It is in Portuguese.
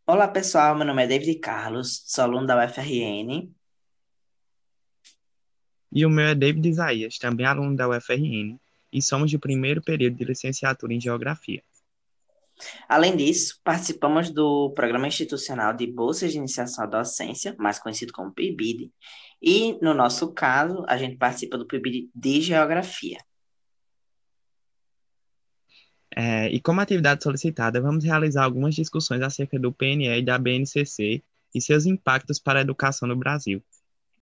Olá pessoal, meu nome é David Carlos, sou aluno da UFRN. E o meu é David Isaías, também aluno da UFRN, e somos do primeiro período de licenciatura em Geografia. Além disso, participamos do Programa Institucional de Bolsas de Iniciação à Docência, mais conhecido como PIBID, e no nosso caso, a gente participa do PIBID de Geografia. E como atividade solicitada, vamos realizar algumas discussões acerca do PNE e da BNCC e seus impactos para a educação no Brasil.